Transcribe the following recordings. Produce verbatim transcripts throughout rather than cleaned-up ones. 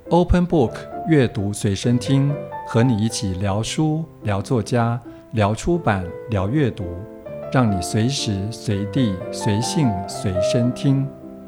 Open Book 阅读随身听，和你一起聊书、聊作家、聊出版、聊阅读，让你随时随地随性随身听。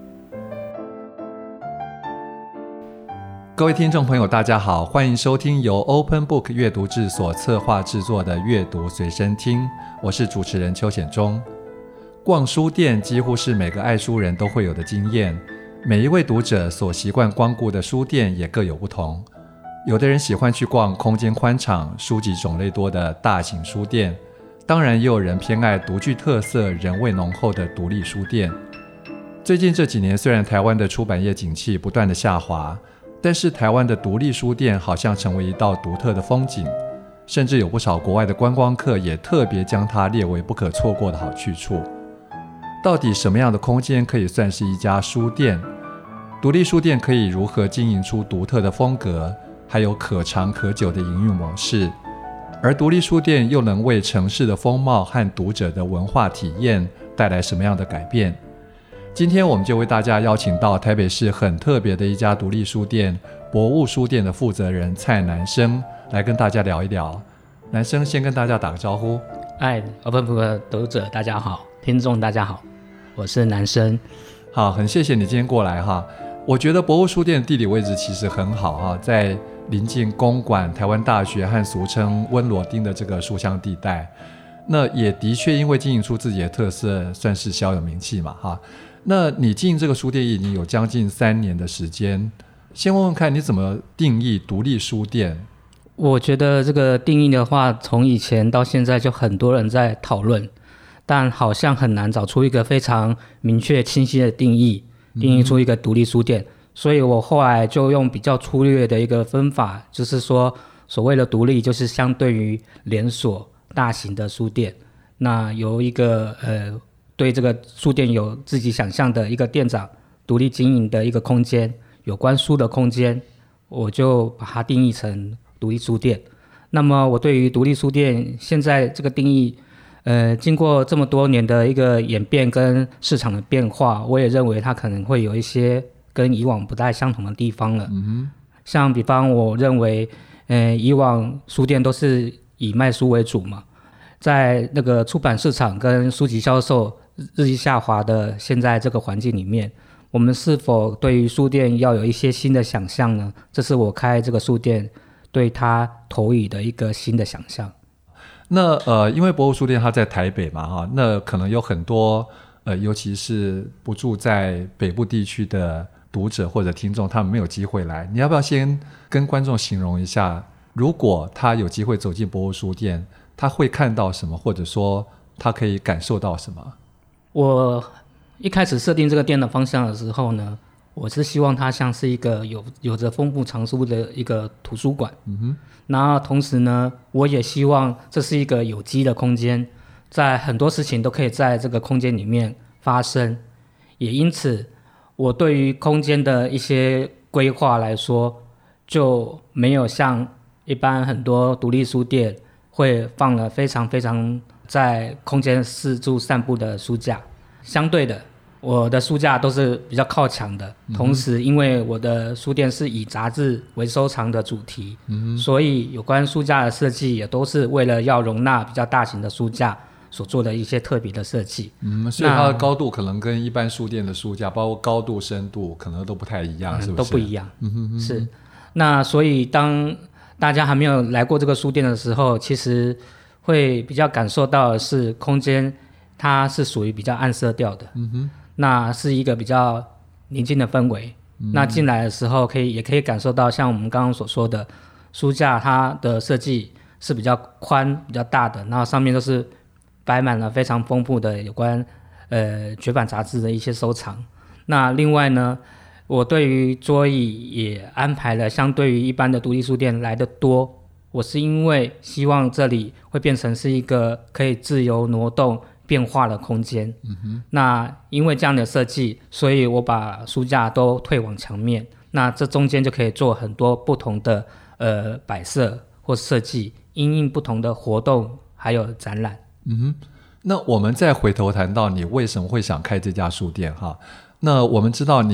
各位听众朋友大家好，欢迎收听由 Open Book 阅读志所策划制作的阅读随身听，我是主持人邱显忠。逛书店几乎是每个爱书人都会有的经验，每一位读者所习惯光顾的书店也各有不同。有的人喜欢去逛空间宽敞、书籍种类多的大型书店，当然也有人偏爱独具特色、人味浓厚的独立书店。最近这几年，虽然台湾的出版业景气不断的下滑，但是台湾的独立书店好像成为一道独特的风景，甚至有不少国外的观光客也特别将它列为不可错过的好去处。到底什么样的空间可以算是一家书店？独立书店可以如何经营出独特的风格，还有可长可久的营运模式？而独立书店又能为城市的风貌和读者的文化体验带来什么样的改变？今天我们就为大家邀请到台北市很特别的一家独立书店博物书店的负责人蔡南生来跟大家聊一聊。南生先跟大家打个招呼。 嗨 Open Book 的读者大家好，听众大家好，我是南生。 好，很谢谢你今天过来哈。我觉得博物书店的地理位置其实很好哈，在临近公馆、台湾大学和俗称温罗丁的这个书香地带，那也的确因为经营出自己的特色，算是小有名气嘛哈。那你经营这个书店已经有将近三年的时间，先问问看你怎么定义独立书店？ 我觉得这个定义的话，从以前到现在就很多人在讨论，但好像很难找出一个非常明确清晰的定义，定义出一个独立书店、嗯、所以我后来就用比较粗略的一个分法，就是说所谓的独立就是相对于连锁大型的书店，那由一个呃对这个书店有自己想象的一个店长独立经营的一个空间，有关书的空间，我就把它定义成独立书店。那么我对于独立书店现在这个定义呃，经过这么多年的一个演变跟市场的变化，我也认为它可能会有一些跟以往不太相同的地方了、嗯、哼像比方我认为呃，以往书店都是以卖书为主嘛，在那个出版市场跟书籍销售日益下滑的现在这个环境里面，我们是否对于书店要有一些新的想象呢？这是我开这个书店对它投以的一个新的想象。 那呃，因为博物书店它在台北嘛哈，那可能有很多呃，尤其是不住在北部地区的读者或者听众，他们没有机会来。你要不要先跟观众形容一下，如果他有机会走进博物书店，他会看到什么，或者说他可以感受到什么？ 我一开始设定这个店的方向的时候呢，我是希望它像是一个有有着丰富藏书的一个图书馆，嗯哼，然后同时呢，我也希望这是一个有机的空间，在很多事情都可以在这个空间里面发生，也因此我对于空间的一些规划来说，就没有像一般很多独立书店会放了非常非常在空间四处散布的书架，相对的我的书架都是比较靠墙的、嗯、同时因为我的书店是以杂志为收藏的主题、嗯、所以有关书架的设计也都是为了要容纳比较大型的书架所做的一些特别的设计、 嗯、所以它的高度可能跟一般书店的书架包括高度深度可能都不太一样、嗯、是不是？ 都不一样、嗯、哼哼是。那所以当大家还没有来过这个书店的时候，其实会比较感受到的是空间它是属于比较暗色调的、嗯哼，那是一个比较宁静的氛围、嗯、那进来的时候可以也可以感受到像我们刚刚所说的书架它的设计是比较宽比较大的，然后上面都是摆满了非常丰富的有关呃绝版杂志的一些收藏。那另外呢，我对于桌椅也安排了相对于一般的独立书店来得多，我是因为希望这里会变成是一个可以自由挪动变化的空间、嗯、哼，那因为这样的设计，所以我把书架都退往墙面，那这中间就可以做很多不同的呃摆设或设计，因应不同的活动还有展览。 嗯哼，那我们再回头谈到你为什么会想开这家书店哈。那我们知道你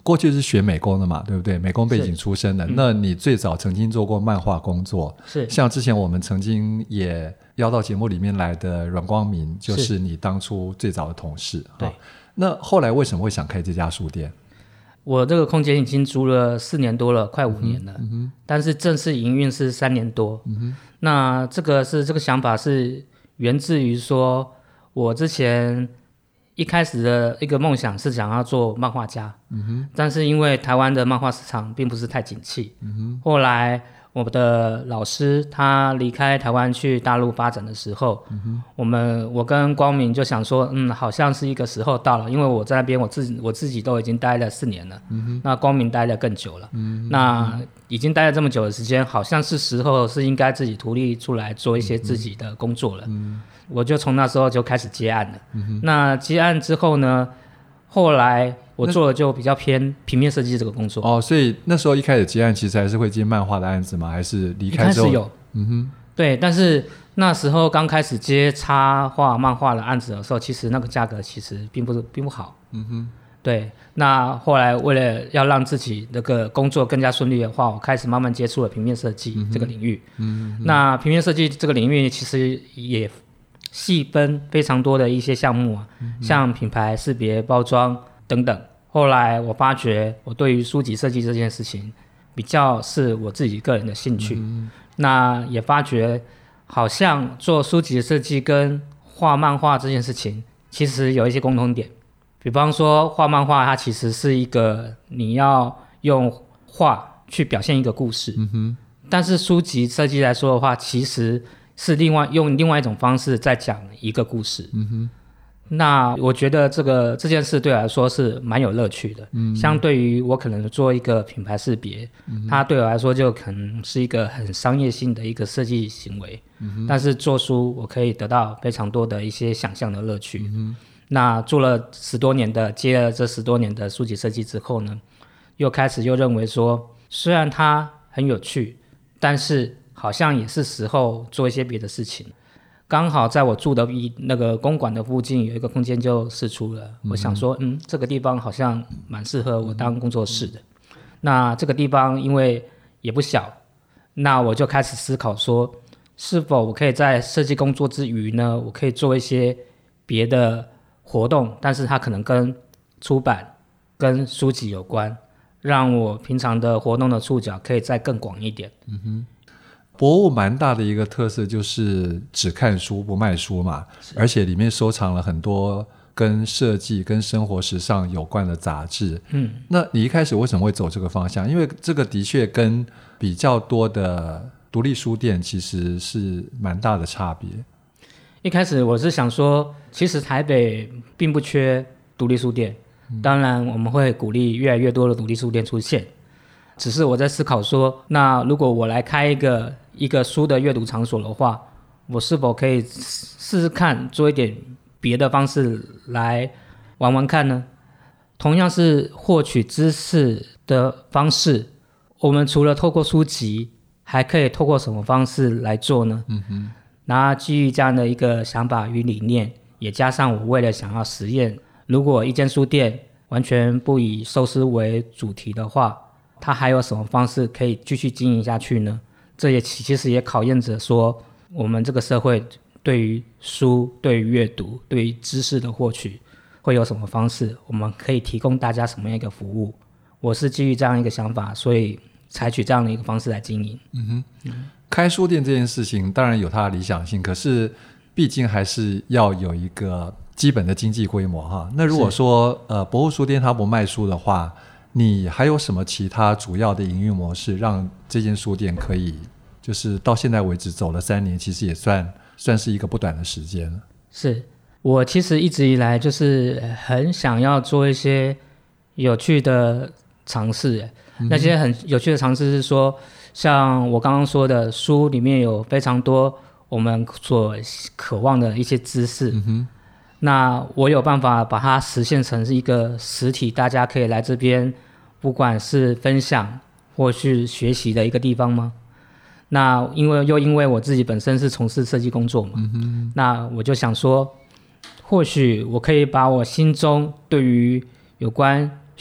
过去是学美工的嘛，对不对？美工背景出身的，那你最早曾经做过漫画工作， 是像之前我们曾经也邀到节目里面来的阮光明，就是你当初最早的同事。 对， 那后来为什么会想开这家书店？ 我这个空间已经租了四年多了，快五年了， 嗯哼， 但是正式营运是三年多。嗯哼，那这个是这个想法是源自于说，我之前一开始的一个梦想是想要做漫画家，嗯哼，但是因为台湾的漫画市场并不是太景气，嗯哼，后来我的老师他离开台湾去大陆发展的时候，嗯哼，我们我跟光明就想说，嗯，好像是一个时候到了，因为我在那边我自己我自己都已经待了四年了，嗯哼，那光明待了更久了，嗯哼，那已经待了这么久的时间，好像是时候是应该自己独立出来做一些自己的工作了，嗯，我就从那时候就开始接案了，嗯，那接案之后呢，后来我做的就比较偏平面设计这个工作。 哦，所以那时候一开始接案其实还是会接漫画的案子吗？还是离开之后？ 一开始有， 嗯哼， 对，但是那时候刚开始接插画漫画的案子的时候，其实那个价格其实并不是并不好， 嗯哼， 对。那后来为了要让自己那个工作更加顺利的话，我开始慢慢接触了平面设计这个领域。嗯哼，那平面设计这个领域其实也细分非常多的一些项目啊，嗯，像品牌识别、包装等等。后来我发觉我对于书籍设计这件事情比较是我自己个人的兴趣，嗯，那也发觉好像做书籍的设计跟画漫画这件事情其实有一些共同点。比方说画漫画它其实是一个你要用画去表现一个故事，嗯哼，但是书籍设计来说的话，其实是另外用另外一种方式在讲一个故事，嗯哼。那我觉得这个这件事对我来说是蛮有乐趣的，嗯，相对于我可能做一个品牌识别，嗯，它对我来说就可能是一个很商业性的一个设计行为，嗯，但是做书我可以得到非常多的一些想象的乐趣，嗯，那做了十多年的接了这十多年的书籍设计之后呢，又开始又认为说虽然它很有趣，但是好像也是时候做一些别的事情。刚好在我住的那个公馆的附近有一个空间就释出了，嗯，我想说嗯，这个地方好像蛮适合我当工作室的，嗯，那这个地方因为也不小，那我就开始思考说是否我可以在设计工作之余呢，我可以做一些别的活动，但是它可能跟出版跟书籍有关，让我平常的活动的触角可以再更广一点。 嗯哼，博物蛮大的一个特色就是只看书不卖书嘛，而且里面收藏了很多跟设计跟生活时尚有关的杂志。嗯，那你一开始为什么会走这个方向？因为这个的确跟比较多的独立书店其实是蛮大的差别。 一开始我是想说，其实台北并不缺独立书店，嗯，当然我们会鼓励越来越多的独立书店出现，只是我在思考说，那如果我来开一个一个书的阅读场所的话，我是否可以试试看做一点别的方式来玩玩看呢？同样是获取知识的方式，我们除了透过书籍，还可以透过什么方式来做呢？嗯哼，那基于这样的一个想法与理念，也加上我为了想要实验，如果一间书店完全不以寿司为主题的话，它还有什么方式可以继续经营下去呢？这也其实也考验着说我们这个社会对于书、对于阅读、对于知识的获取会有什么方式，我们可以提供大家什么样一个服务。我是基于这样一个想法，所以采取这样的一个方式来经营。嗯哼， 嗯，开书店这件事情当然有它的理想性，可是毕竟还是要有一个基本的经济规模哈。那如果说呃博物书店它不卖书的话，你还有什么其他主要的营运模式让这间书店可以就是到现在为止走了三年，其实也算算是一个不短的时间了。 是我其实一直以来就是很想要做一些有趣的尝试，嗯，那些很有趣的尝试是说像我刚刚说的书里面有非常多我们所渴望的一些知识，嗯哼，那我有办法把它实现成是一个实体，大家可以来这边不管是分享或是学习的一个地方吗？那因为又因为我自己本身是从事设计工作嘛，嗯哼，那我就想说或许我可以把我心中对于有关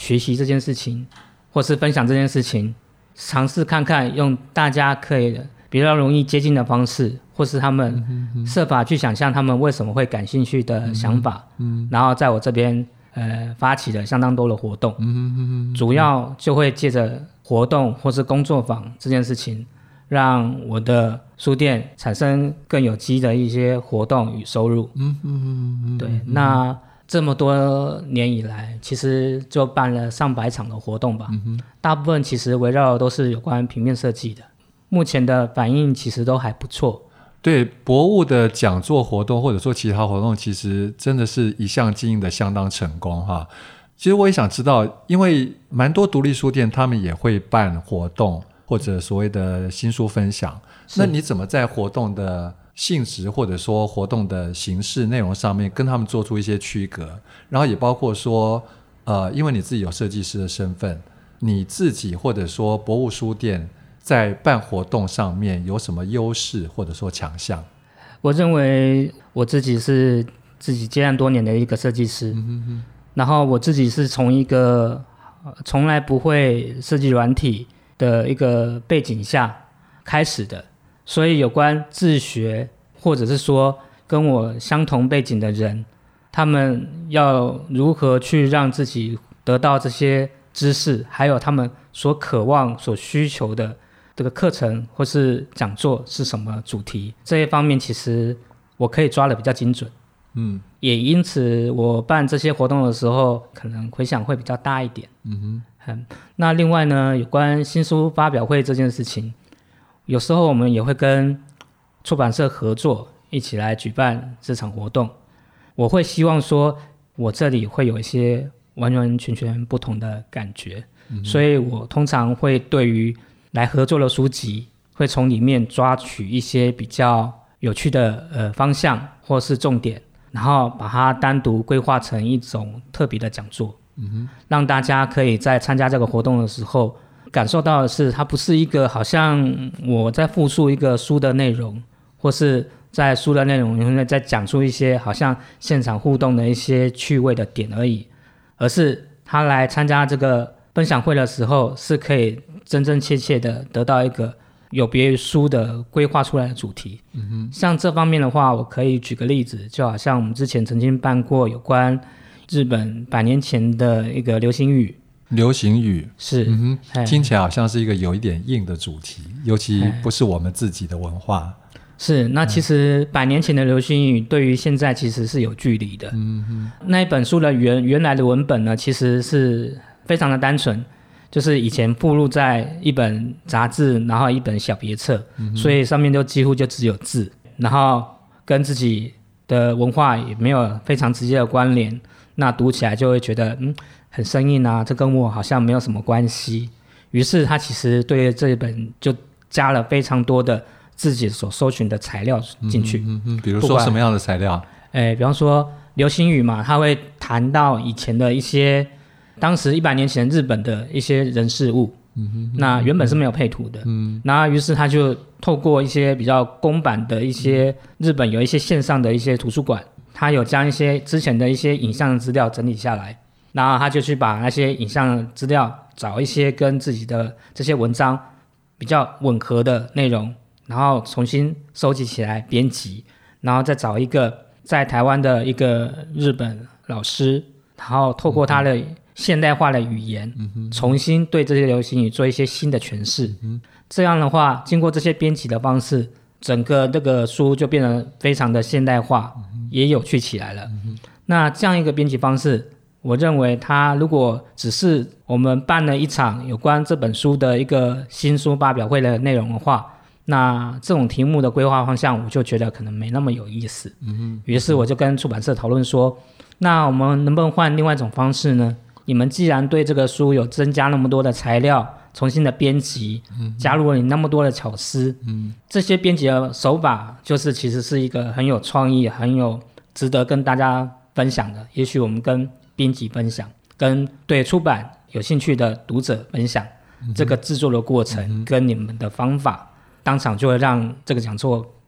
学习这件事情，或是分享这件事情，尝试看看用大家可以比较容易接近的方式，或是他们设法去想象他们为什么会感兴趣的想法，嗯嗯、然后在我这边呃发起了相当多的活动，嗯嗯嗯、主要就会借着活动或是工作坊这件事情，让我的书店产生更有机的一些活动与收入。嗯嗯嗯、对，那这么多年以来，其实就办了上百场的活动吧，嗯、大部分其实围绕的都是有关平面设计的。目前的反应其实都还不错。 对，博物的讲座活动或者说其他活动，其实真的是一项经营的相当成功哈。其实我也想知道，因为蛮多独立书店他们也会办活动或者所谓的新书分享，那你怎么在活动的性质或者说活动的形式内容上面跟他们做出一些区隔？然后也包括说呃，因为你自己有设计师的身份，你自己或者说博物书店在办活动上面有什么优势或者说强项？ 我认为我自己是自己接案多年的一个设计师，嗯哼哼，然后我自己是从一个从来不会设计软体的一个背景下开始的，所以有关自学或者是说跟我相同背景的人，他们要如何去让自己得到这些知识，还有他们所渴望所需求的这个课程或是讲座是什么主题，这一方面其实我可以抓得比较精准，嗯，也因此我办这些活动的时候可能回响会比较大一点。嗯哼，嗯，那另外呢，有关新书发表会这件事情，有时候我们也会跟出版社合作一起来举办这场活动，我会希望说我这里会有一些完完全全不同的感觉，嗯，所以我通常会对于来合作的书籍会从里面抓取一些比较有趣的呃方向或是重点，然后把它单独规划成一种特别的讲座，嗯哼，让大家可以在参加这个活动的时候感受到的是它不是一个好像我在复述一个书的内容，或是在书的内容里面再讲出一些好像现场互动的一些趣味的点而已，而是他来参加这个分享会的时候是可以真真切切的得到一个有别于书的规划出来的主题，嗯哼，像这方面的话我可以举个例子，就好像我们之前曾经办过有关日本百年前的一个流行语。 流行语是， 嗯哼，听起来好像是一个有一点硬的主题，尤其不是我们自己的文化。 是，那其实百年前的流行语对于现在其实是有距离的，嗯哼，那一本书的原原来的文本呢其实是非常的单纯，就是以前附录在一本杂志然后一本小别册，嗯，所以上面就几乎就只有字，然后跟自己的文化也没有非常直接的关联，那读起来就会觉得嗯很生硬啊，这跟我好像没有什么关系，于是他其实对这一本就加了非常多的自己所搜寻的材料进去，嗯嗯， 比如说什么样的材料？ 诶，比方说流行语嘛，他会谈到以前的一些当时一百年前日本的一些人事物，嗯哼，那原本是没有配图的，嗯，那于是他就透过一些比较公版的一些日本有一些线上的一些图书馆，他有将一些之前的一些影像资料整理下来，然后他就去把那些影像资料找一些跟自己的这些文章比较吻合的内容，然后重新收集起来编辑，然后再找一个在台湾的一个日本老师，然后透过他的现代化的语言，嗯，重新对这些流行语做一些新的诠释，嗯，这样的话经过这些编辑的方式，整个这个书就变得非常的现代化，嗯，也有趣起来了，嗯，那这样一个编辑方式，我认为它如果只是我们办了一场有关这本书的一个新书发表会的内容的话，那这种题目的规划方向我就觉得可能没那么有意思，嗯哼，于是我就跟出版社讨论说，那我们能不能换另外一种方式呢？你们既然对这个书有增加那么多的材料，重新的编辑，嗯，加入了你那么多的巧思，嗯，这些编辑的手法就是其实是一个很有创意很有值得跟大家分享的，也许我们跟编辑分享，跟对出版有兴趣的读者分享，嗯，这个制作的过程跟你们的方法，当场就会让这个讲座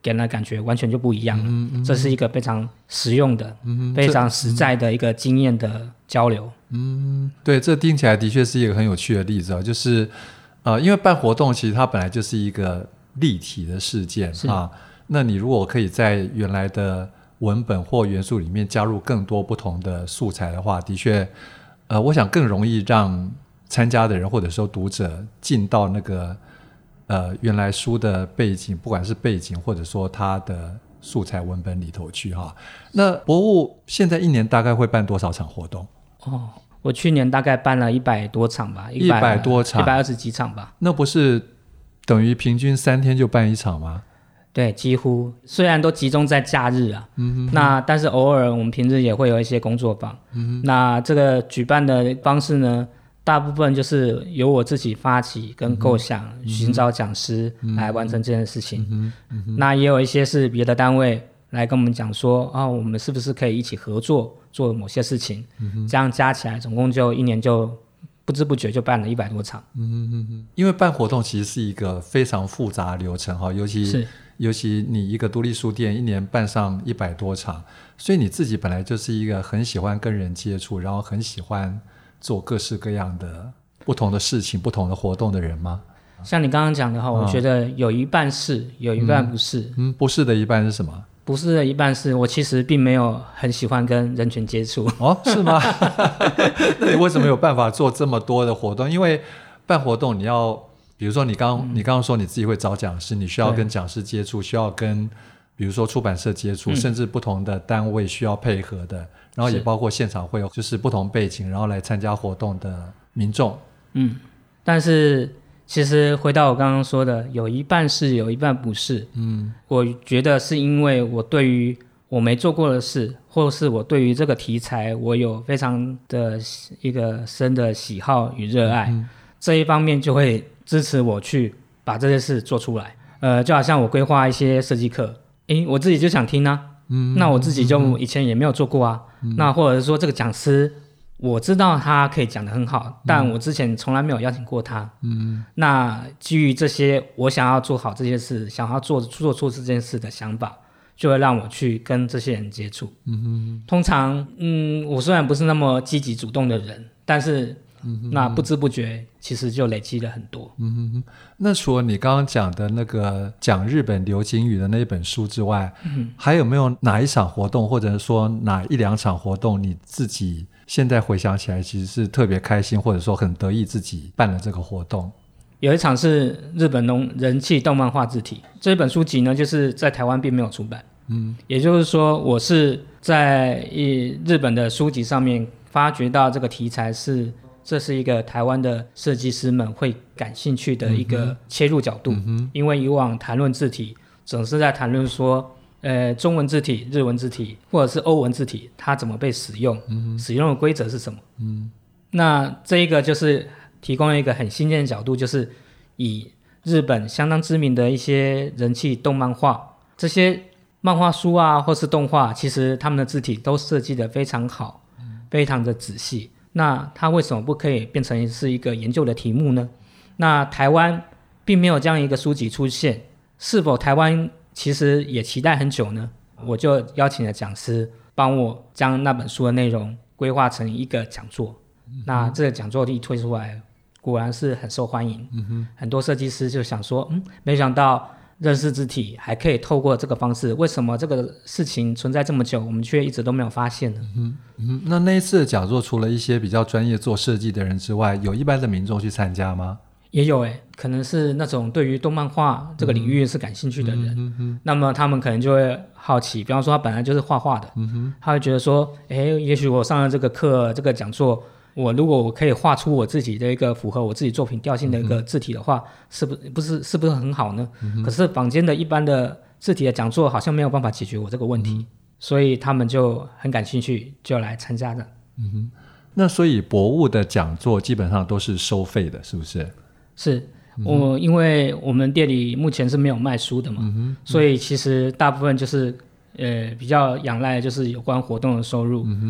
给人的感觉完全就不一样了。嗯嗯、这是一个非常实用的、嗯、非常实在的一个经验的交流。 嗯，对，这听起来的确是一个很有趣的例子啊，就是呃，因为办活动其实它本来就是一个立体的事件啊，那你如果可以在原来的文本或元素里面加入更多不同的素材的话，的确，呃，我想更容易让参加的人或者说读者进到那个呃原来书的背景，不管是背景或者说它的素材文本里头去哈。那博物现在一年大概会办多少场活动？ 哦，我去年大概办了一百多场吧， 一百多场， 一百二十几场吧。 那不是等于平均三天就办一场吗？ 对，几乎虽然都集中在假日啊，嗯、那但是偶尔我们平日也会有一些工作坊。嗯、那这个举办的方式呢，大部分就是由我自己发起跟构想，嗯、寻找讲师来完成这件事情。嗯嗯、那也有一些是别的单位来跟我们讲说，啊，我们是不是可以一起合作做某些事情？嗯、这样加起来总共就一年就不知不觉就办了一百多场。 嗯嗯嗯，因为办活动其实是一个非常复杂的流程哈，尤其是。尤其你一个独立书店一年办上一百多场，所以你自己本来就是一个很喜欢跟人接触，然后很喜欢做各式各样的不同的事情、不同的活动的人吗？ 像你刚刚讲的话，我觉得有一半是，有一半不是。 嗯，嗯不是的一半是什么？ 不是的一半是我其实并没有很喜欢跟人群接触。 哦，是吗？那你为什么有办法做这么多的活动？因为办活动你要。比如说你刚、嗯、你刚刚说你自己会找讲师，你需要跟讲师接触，需要跟比如说出版社接触、嗯、甚至不同的单位需要配合的，然后也包括现场会有就是不同背景然后来参加活动的民众。 嗯，但是其实回到我刚刚说的，有一半是有一半不是。嗯，我觉得是因为我对于我没做过的事，或是我对于这个题材我有非常的一个深的喜好与热爱、嗯、这一方面就会支持我去把这些事做出来。呃，就好像我规划一些设计课，诶，我自己就想听啊，嗯，那我自己就以前也没有做过啊，嗯、那或者是说这个讲师，我知道他可以讲得很好，嗯、但我之前从来没有邀请过他，嗯，那基于这些，我想要做好这件事，想要做做出这件事的想法，就会让我去跟这些人接触。嗯哼，通常，嗯，我虽然不是那么积极主动的人，但是。嗯、那不知不觉其实就累积了很多。 嗯哼，那除了你刚刚讲的那个讲日本流行语的那一本书之外、嗯、还有没有哪一场活动或者说哪一两场活动你自己现在回想起来其实是特别开心或者说很得意自己办了这个活动？ 有一场是日本人气动漫画字体，这本书籍呢就是在台湾并没有出版。嗯，也就是说我是在日本的书籍上面发掘到这个题材是这是一个台湾的设计师们会感兴趣的一个切入角度、嗯、因为以往谈论字体总是在谈论说呃，中文字体、日文字体或者是欧文字体它怎么被使用、嗯、使用的规则是什么、嗯、那这一个就是提供了一个很新鲜的角度，就是以日本相当知名的一些人气动漫画，这些漫画书啊或是动画，其实他们的字体都设计得非常好、嗯、非常的仔细，那它为什么不可以变成是一个研究的题目呢？那台湾并没有这样一个书籍出现，是否台湾其实也期待很久呢？我就邀请了讲师帮我将那本书的内容规划成一个讲座、嗯、那这个讲座一推出来果然是很受欢迎、嗯、哼很多设计师就想说嗯，没想到认识字体还可以透过这个方式，为什么这个事情存在这么久我们却一直都没有发现呢？ 嗯嗯，那那一次的讲座除了一些比较专业做设计的人之外，有一般的民众去参加吗？ 也有诶，可能是那种对于动漫画这个领域是感兴趣的人、嗯嗯嗯、那么他们可能就会好奇，比方说他本来就是画画的、嗯、他会觉得说诶，也许我上了这个课这个讲座，我如果我可以画出我自己的一个符合我自己作品调性的一个字体的话、嗯、是不不是是不是很好呢、嗯、可是坊间的一般的字体的讲座好像没有办法解决我这个问题、嗯、所以他们就很感兴趣就来参加的。 嗯哼，那所以博物的讲座基本上都是收费的是不是？ 是，我因为我们店里目前是没有卖书的嘛、嗯嗯、所以其实大部分就是呃比较仰赖就是有关活动的收入、嗯、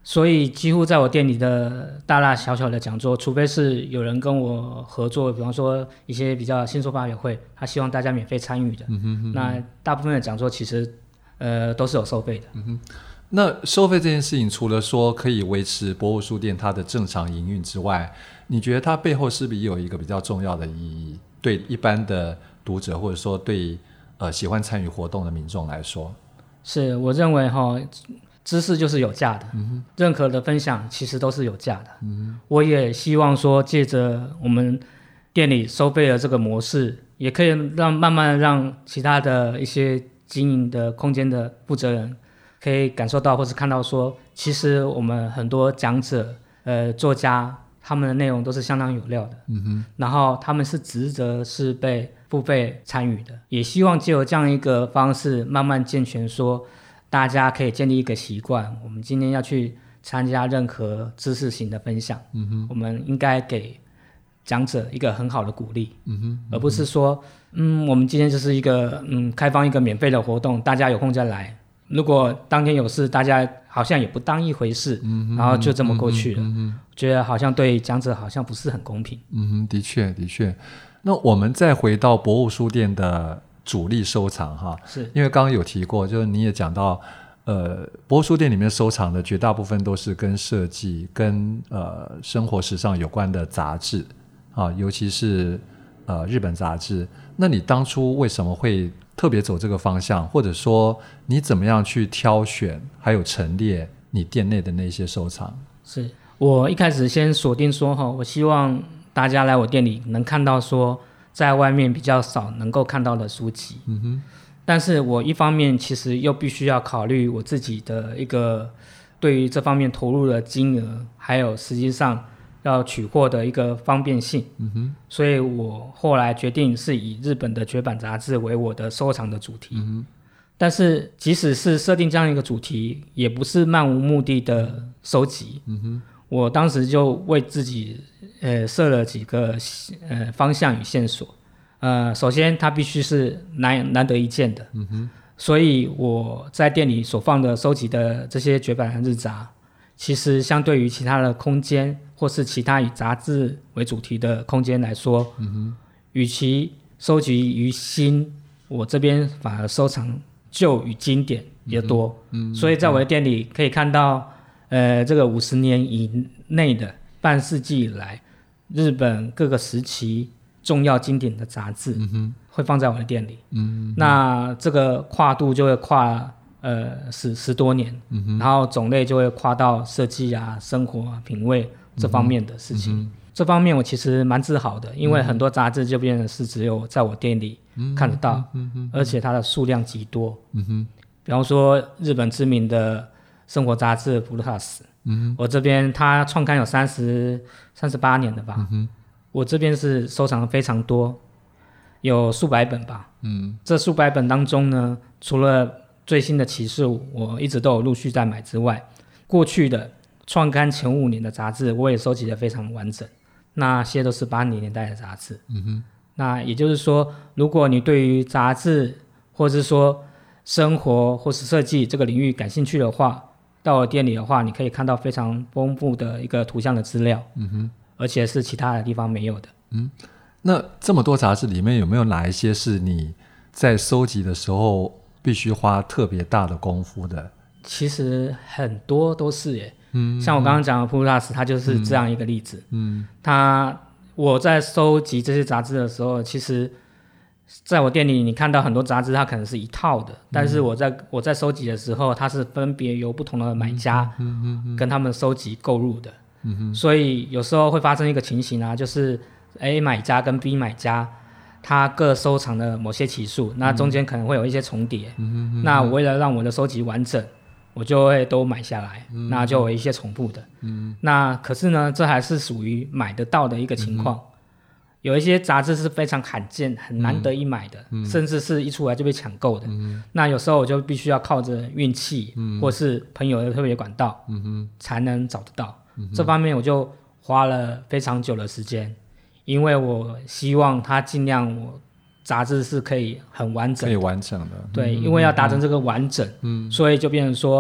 所以几乎在我店里的大大小小的讲座，除非是有人跟我合作，比方说一些比较新说发表会，他希望大家免费参与的，嗯哼哼，那大部分的讲座其实呃都是有收费的。 嗯哼，那收费这件事情，除了说可以维持博物书店它的正常营运之外，你觉得它背后是不是也有一个比较重要的意义？对一般的读者，或者说对呃喜欢参与活动的民众来说， 是我认为哈。知识就是有价的，嗯、任何的分享其实都是有价的。嗯、我也希望说，借着我们店里收费的这个模式，也可以让慢慢让其他的一些经营的空间的负责人，可以感受到或是看到说，其实我们很多讲者、呃作家，他们的内容都是相当有料的。嗯哼，然后他们是值得是被付费参与的，也希望借由这样一个方式，慢慢健全说。大家可以建立一个习惯，我们今天要去参加任何知识型的分享，嗯哼，我们应该给讲者一个很好的鼓励，嗯哼，嗯哼，而不是说，嗯，我们今天就是一个嗯开放一个免费的活动，大家有空再来。如果当天有事，大家好像也不当一回事，嗯、然后就这么过去了，嗯嗯、觉得好像对讲者好像不是很公平。 嗯哼，的确的确。那我们再回到博物书店的主力收藏哈， 是因为刚刚有提过，就是你也讲到，呃，博物书店里面收藏的绝大部分都是跟设计、跟呃生活时尚有关的杂志啊，尤其是呃日本杂志。那你当初为什么会特别走这个方向，或者说你怎么样去挑选还有陈列你店内的那些收藏？ 是我一开始先锁定说哈，我希望大家来我店里能看到说。在外面比较少能够看到的书籍，嗯哼，但是我一方面其实又必须要考虑我自己的一个对于这方面投入的金额，还有实际上要取货的一个方便性，嗯哼，所以我后来决定是以日本的绝版杂志为我的收藏的主题，嗯哼，但是即使是设定这样一个主题，也不是漫无目的的收集，嗯哼。我当时就为自己呃设了几个呃方向与线索，呃，首先它必须是难难得一见的，嗯哼，所以我在店里所放的收集的这些绝版的日杂，其实相对于其他的空间或是其他以杂志为主题的空间来说，嗯哼，与其收集于新，我这边反而收藏旧与经典也多，嗯哼，所以在我的店里可以看到。呃，这个五十年以内的半世纪以来，日本各个时期重要经典的杂志，嗯、会放在我的店里。嗯、那这个跨度就会跨呃十十多年，嗯、然后种类就会跨到设计啊、生活啊、品味这方面的事情。嗯、这方面我其实蛮自豪的，因为很多杂志就变成是只有在我店里看得到，嗯嗯、而且它的数量极多。嗯、比方说日本知名的。生活杂志 Plus， 嗯，我这边它创刊有三十三十八年了吧，嗯，我这边是收藏非常多，有数百本吧，嗯，这数百本当中呢，除了最新的骑士我一直都有陆续在买之外，过去的创刊前五年的杂志我也收集得非常完整，那些都是八零年代的杂志，嗯哼，那也就是说，如果你对于杂志或是说生活或是设计这个领域感兴趣的话，到我店里的话，你可以看到非常丰富的一个图像的资料，嗯哼，而且是其他的地方没有的。 嗯，那这么多杂志里面有没有哪一些是你在收集的时候必须花特别大的功夫的？ 其实很多都是耶，嗯，像我刚刚讲的 Plus， 它就是这样一个例子。嗯，它我在收集这些杂志的时候，其实。在我店里你看到很多杂志它可能是一套的，但是我在我在收集的时候它是分别由不同的买家跟他们收集购入的，嗯哼，所以有时候会发生一个情形啊，就是 A 买家跟 B 买家他各收藏了某些期数，那中间可能会有一些重叠，嗯，那我为了让我的收集完整，我就会都买下来，嗯，那就有一些重复的，嗯，那可是呢这还是属于买得到的一个情况，嗯，有一些杂志是非常罕见很难得一买的，嗯，甚至是一出来就被抢购的，嗯，那有时候我就必须要靠着运气，嗯，或是朋友的特别管道，嗯，才能找得到，嗯，这方面我就花了非常久的时间，因为我希望它尽量我杂志是可以很完整的， 可以完整的， 对，嗯，因为要达成这个完整，嗯，所以就变成说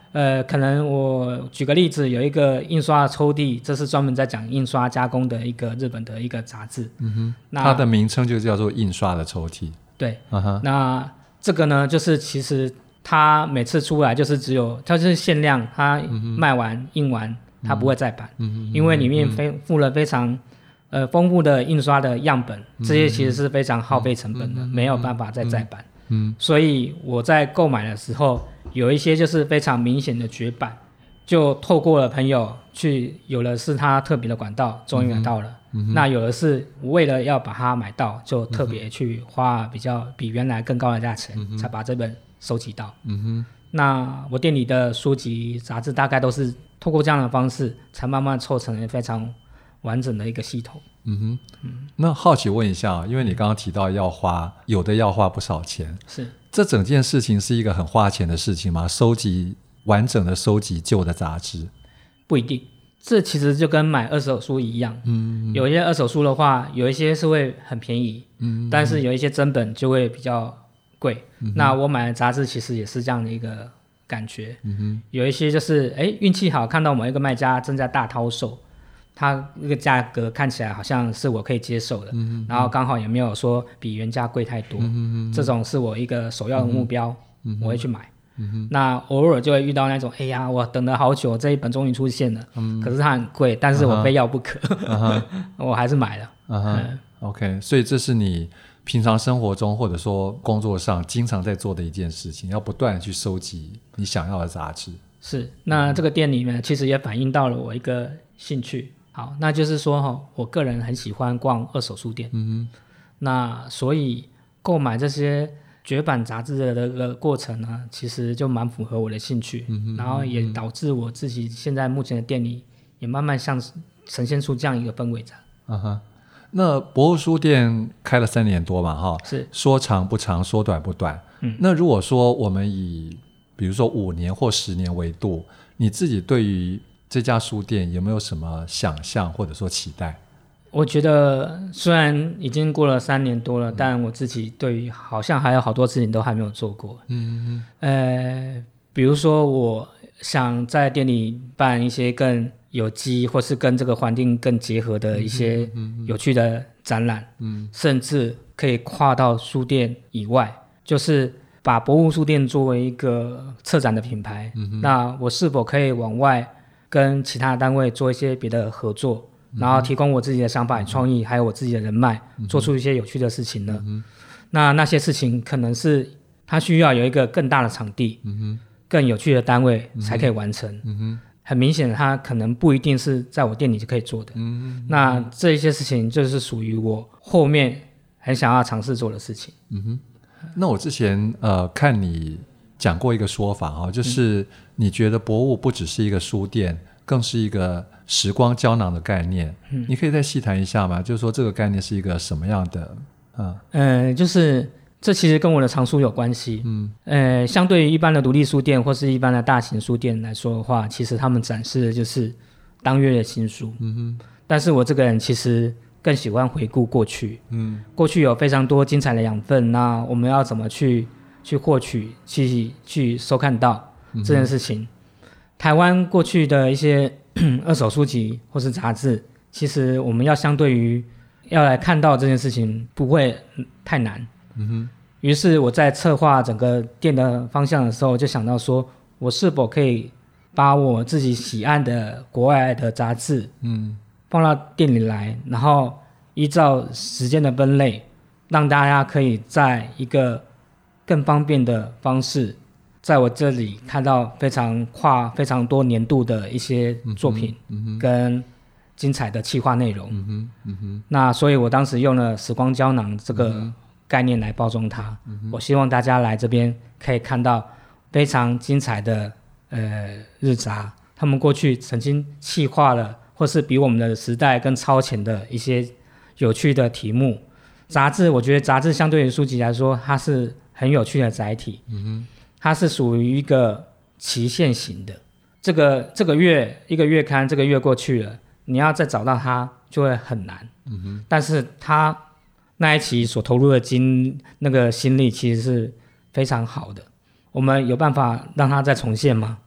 呃，可能我举个例子，有一个印刷的抽屉，这是专门在讲印刷加工的一个日本的一个杂志。 嗯哼， 那它的名称就叫做印刷的抽屉。 对， 嗯哼， 那这个呢，就是其实它每次出来就是只有它就是限量，它卖完、嗯、印完它不会再版，嗯、因为里面非附了非常呃丰富的印刷的样本，这些其实是非常耗费成本的，嗯、没有办法再再版。嗯，所以我在购买的时候，有一些就是非常明显的绝版，就透过了朋友去，有的是他特别的管道，终于买到了。嗯、那有的是为了要把它买到，就特别去花比较比原来更高的价钱，嗯、才把这本收集到。嗯哼，那我店里的书籍杂志大概都是透过这样的方式，才慢慢凑成非常完整的一个系统。 嗯哼，嗯，那好奇问一下，因为你刚刚提到要花，有的要花不少钱， 是这整件事情是一个很花钱的事情吗？收集完整的收集旧的杂志？ 不一定，这其实就跟买二手书一样。嗯，有一些二手书的话，有一些是会很便宜，嗯，但是有一些真本就会比较贵。嗯、那我买的杂志其实也是这样的一个感觉。嗯哼，有一些就是哎运气好，看到某一个卖家正在大抛售。它那个价格看起来好像是我可以接受的，嗯、然后刚好也没有说比原价贵太多，嗯、这种是我一个首要的目标，嗯、我会去买。嗯、那偶尔就会遇到那种，哎呀，我等了好久，这一本终于出现了，嗯、可是它很贵，但是我非要不可，uh-huh. 我还是买了。 Uh-huh. 嗯、OK， 所以这是你平常生活中或者说工作上经常在做的一件事情，要不断的去收集你想要的杂志。 是，那这个店里面其实也反映到了我一个兴趣。好，那就是说我个人很喜欢逛二手书店，嗯、那所以购买这些绝版杂志的这个过程呢，其实就蛮符合我的兴趣，嗯、然后也导致我自己现在目前的店里也慢慢像呈现出这样一个氛围在。 嗯哼，那博物书店开了三年多嘛，哈， 是说长不长，说短不短。嗯，那如果说我们以比如说五年或十年为度，你自己对于这家书店有没有什么想象或者说期待？ 我觉得虽然已经过了三年多了，嗯、但我自己对于好像还有好多事情都还没有做过。嗯嗯，呃，比如说我想在店里办一些更有机或是跟这个环境更结合的一些有趣的展览，嗯嗯、甚至可以跨到书店以外，就是把博物书店作为一个策展的品牌。嗯、那我是否可以往外跟其他单位做一些别的合作，嗯、然后提供我自己的想法与创意，嗯、还有我自己的人脉，嗯、做出一些有趣的事情呢？嗯、那那些事情可能是它需要有一个更大的场地，嗯、更有趣的单位才可以完成。嗯、很明显它可能不一定是在我店里就可以做的。嗯、那这一些事情就是属于我后面很想要尝试做的事情。 嗯、那我之前呃看你讲过一个说法，哦，就是你觉得博物不只是一个书店，更是一个时光胶囊的概念。嗯、你可以再细谈一下吗？就是说这个概念是一个什么样的？嗯， 呃，就是这其实跟我的藏书有关系。嗯，呃，相对于一般的独立书店或是一般的大型书店来说的话，其实他们展示的就是当月的新书。嗯哼，但是我这个人其实更喜欢回顾过去。嗯，过去有非常多精彩的养分，那我们要怎么去去获取、去去收看到这件事情？嗯、台湾过去的一些二手书籍或是杂志，其实我们要相对于要来看到这件事情不会太难。嗯哼。于是我在策划整个店的方向的时候，就想到说，我是否可以把我自己喜爱的国外的杂志，嗯，放到店里来，然后依照时间的分类，让大家可以在一个更方便的方式，在我这里看到非常跨非常多年度的一些作品，嗯嗯、跟精彩的企划内容。嗯哼嗯哼，那所以我当时用了时光胶囊这个概念来包装它。嗯、我希望大家来这边可以看到非常精彩的呃日杂，他们过去曾经企划了，或是比我们的时代更超前的一些有趣的题目。杂志，我觉得杂志相对于书籍来说，它是很有趣的载体。嗯哼，它是属于一个期限型的。这个这个月一个月刊，这个月过去了，你要再找到它就会很难。嗯哼，但是它那一期所投入的精那个心力其实是非常好的。我们有办法让它再重现吗？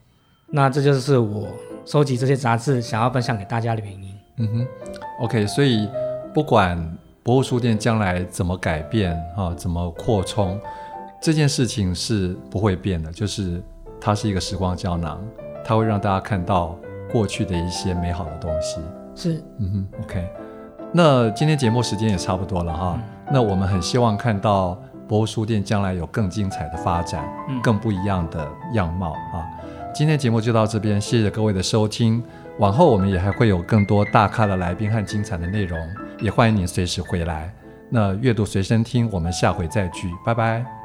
那这就是我收集这些杂志想要分享给大家的原因。 嗯哼 OK， 所以不管博物书店将来怎么改变、啊、怎么扩充，这件事情是不会变的，就是它是一个时光胶囊，它会让大家看到过去的一些美好的东西。 是， 嗯哼 OK， 那今天节目时间也差不多了哈、嗯、那我们很希望看到博物书店将来有更精彩的发展、嗯、更不一样的样貌啊。今天节目就到这边，谢谢各位的收听，往后我们也还会有更多大咖的来宾和精彩的内容，也欢迎您随时回来。那阅读随身听，我们下回再聚，拜拜。